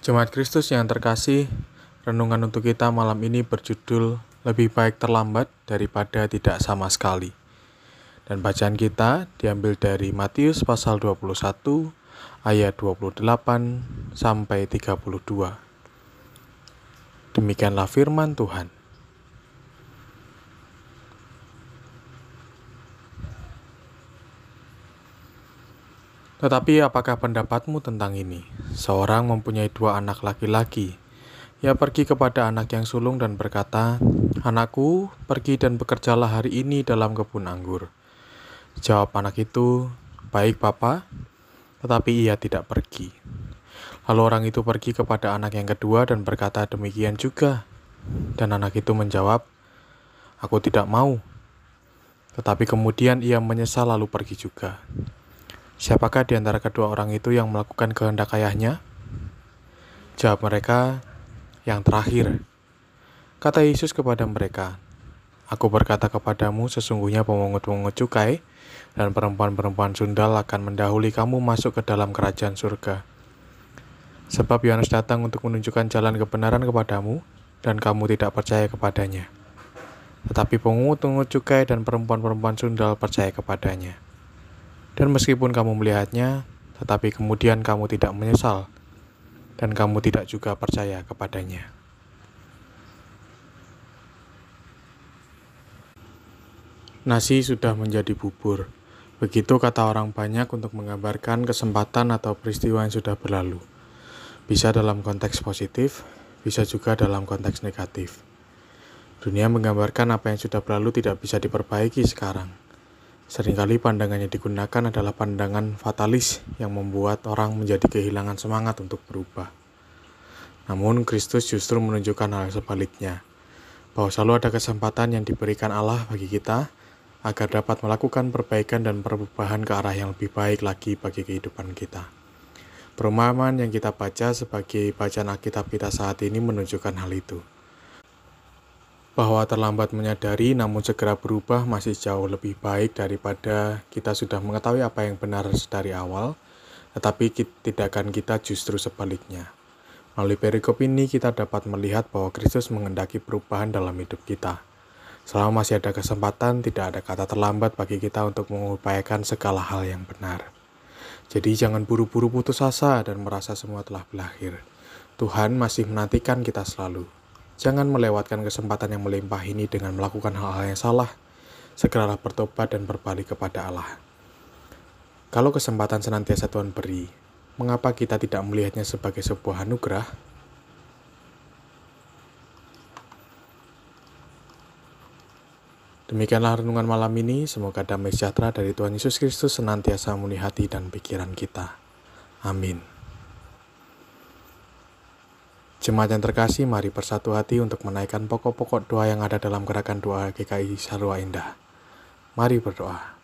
Jemaat Kristus yang terkasih, renungan untuk kita malam ini berjudul Lebih Baik Terlambat Daripada Tidak Sama Sekali. Dan bacaan kita diambil dari Matius pasal 21 ayat 28 sampai 32. Demikianlah firman Tuhan. Tetapi apakah pendapatmu tentang ini? Seorang mempunyai 2 anak laki-laki. Ia pergi kepada anak yang sulung dan berkata, "Anakku, pergi dan bekerjalah hari ini dalam kebun anggur." Jawab anak itu, "Baik, Bapa," tetapi ia tidak pergi. Lalu orang itu pergi kepada anak yang kedua dan berkata demikian juga. Dan anak itu menjawab, "Aku tidak mau." Tetapi kemudian ia menyesal lalu pergi juga. Siapakah di antara kedua orang itu yang melakukan kehendak ayahnya? Jawab mereka, "Yang terakhir." Kata Yesus kepada mereka, "Aku berkata kepadamu, sesungguhnya pemungut-pemungut cukai dan perempuan-perempuan sundal akan mendahului kamu masuk ke dalam kerajaan surga. Sebab Yohanes datang untuk menunjukkan jalan kebenaran kepadamu, dan kamu tidak percaya kepadanya. Tetapi pemungut-pemungut cukai dan perempuan-perempuan sundal percaya kepadanya. Dan meskipun kamu melihatnya, tetapi kemudian kamu tidak menyesal, dan kamu tidak juga percaya kepadanya." Nasi sudah menjadi bubur. Begitu kata orang banyak untuk menggambarkan kesempatan atau peristiwa yang sudah berlalu. Bisa dalam konteks positif, bisa juga dalam konteks negatif. Dunia menggambarkan apa yang sudah berlalu tidak bisa diperbaiki sekarang. Seringkali pandangan yang digunakan adalah pandangan fatalis yang membuat orang menjadi kehilangan semangat untuk berubah. Namun Kristus justru menunjukkan hal sebaliknya, bahwa selalu ada kesempatan yang diberikan Allah bagi kita agar dapat melakukan perbaikan dan perubahan ke arah yang lebih baik lagi bagi kehidupan kita. Perumpamaan yang kita baca sebagai bacaan Alkitab kita saat ini menunjukkan hal itu. Bahwa terlambat menyadari namun segera berubah masih jauh lebih baik daripada kita sudah mengetahui apa yang benar dari awal, tetapi tindakan kita justru sebaliknya. Melalui perikop ini kita dapat melihat bahwa Kristus menghendaki perubahan dalam hidup kita. Selama masih ada kesempatan, tidak ada kata terlambat bagi kita untuk mengupayakan segala hal yang benar. Jadi jangan buru-buru putus asa dan merasa semua telah berakhir. Tuhan masih menantikan kita selalu. Jangan melewatkan kesempatan yang melimpah ini dengan melakukan hal-hal yang salah. Segeralah bertobat dan berbalik kepada Allah. Kalau kesempatan senantiasa Tuhan beri, mengapa kita tidak melihatnya sebagai sebuah anugerah? Demikianlah renungan malam ini. Semoga damai sejahtera dari Tuhan Yesus Kristus senantiasa memenuhi hati dan pikiran kita. Amin. Jemaat yang terkasih, mari bersatu hati untuk menaikkan pokok-pokok doa yang ada dalam gerakan doa GKI Sarwa Indah. Mari berdoa.